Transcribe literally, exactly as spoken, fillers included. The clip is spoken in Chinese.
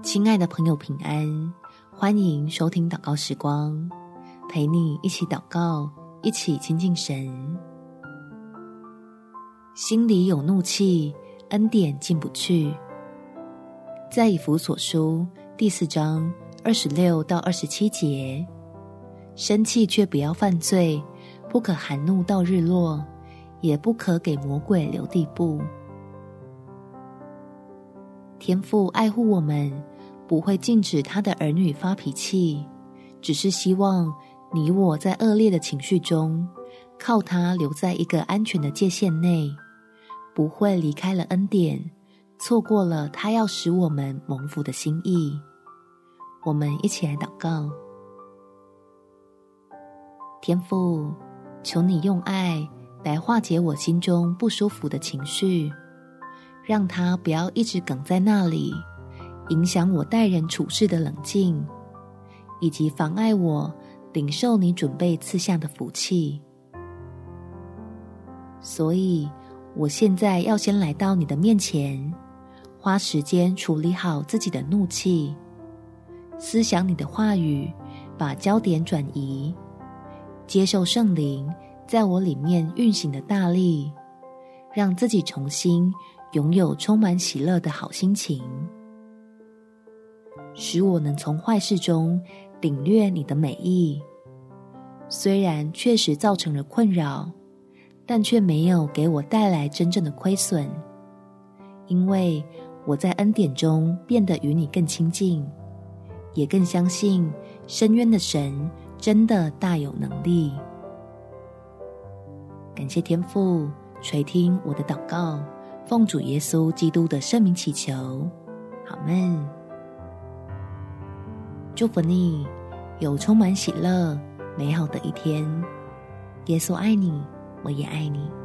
亲爱的朋友平安，欢迎收听祷告时光，陪你一起祷告，一起亲近神。心里有怒气，恩典进不去。在以弗所书第四章二十六到二十七节，生气却不要犯罪，不可含怒到日落，也不可给魔鬼留地步。天父爱护我们，不会禁止他的儿女发脾气，只是希望你我在恶劣的情绪中，靠他留在一个安全的界限内，不会离开了恩典，错过了他要使我们蒙福的心意。我们一起来祷告。天父，求你用爱来化解我心中不舒服的情绪，让它不要一直梗在那里，影响我待人处事的冷静，以及妨碍我领受你准备赐下的福气。所以我现在要先来到你的面前，花时间处理好自己的怒气，思想你的话语，把焦点转移，接受圣灵在我里面运行的大力，让自己重新拥有充满喜乐的好心情，使我能从坏事中领略你的美意。虽然确实造成了困扰，但却没有给我带来真正的亏损，因为我在恩典中变得与你更亲近，也更相信深渊的神真的大有能力。感谢天父垂听我的祷告，奉主耶稣基督的圣名祈求，阿们。祝福你有充满喜乐美好的一天。耶稣爱你，我也爱你。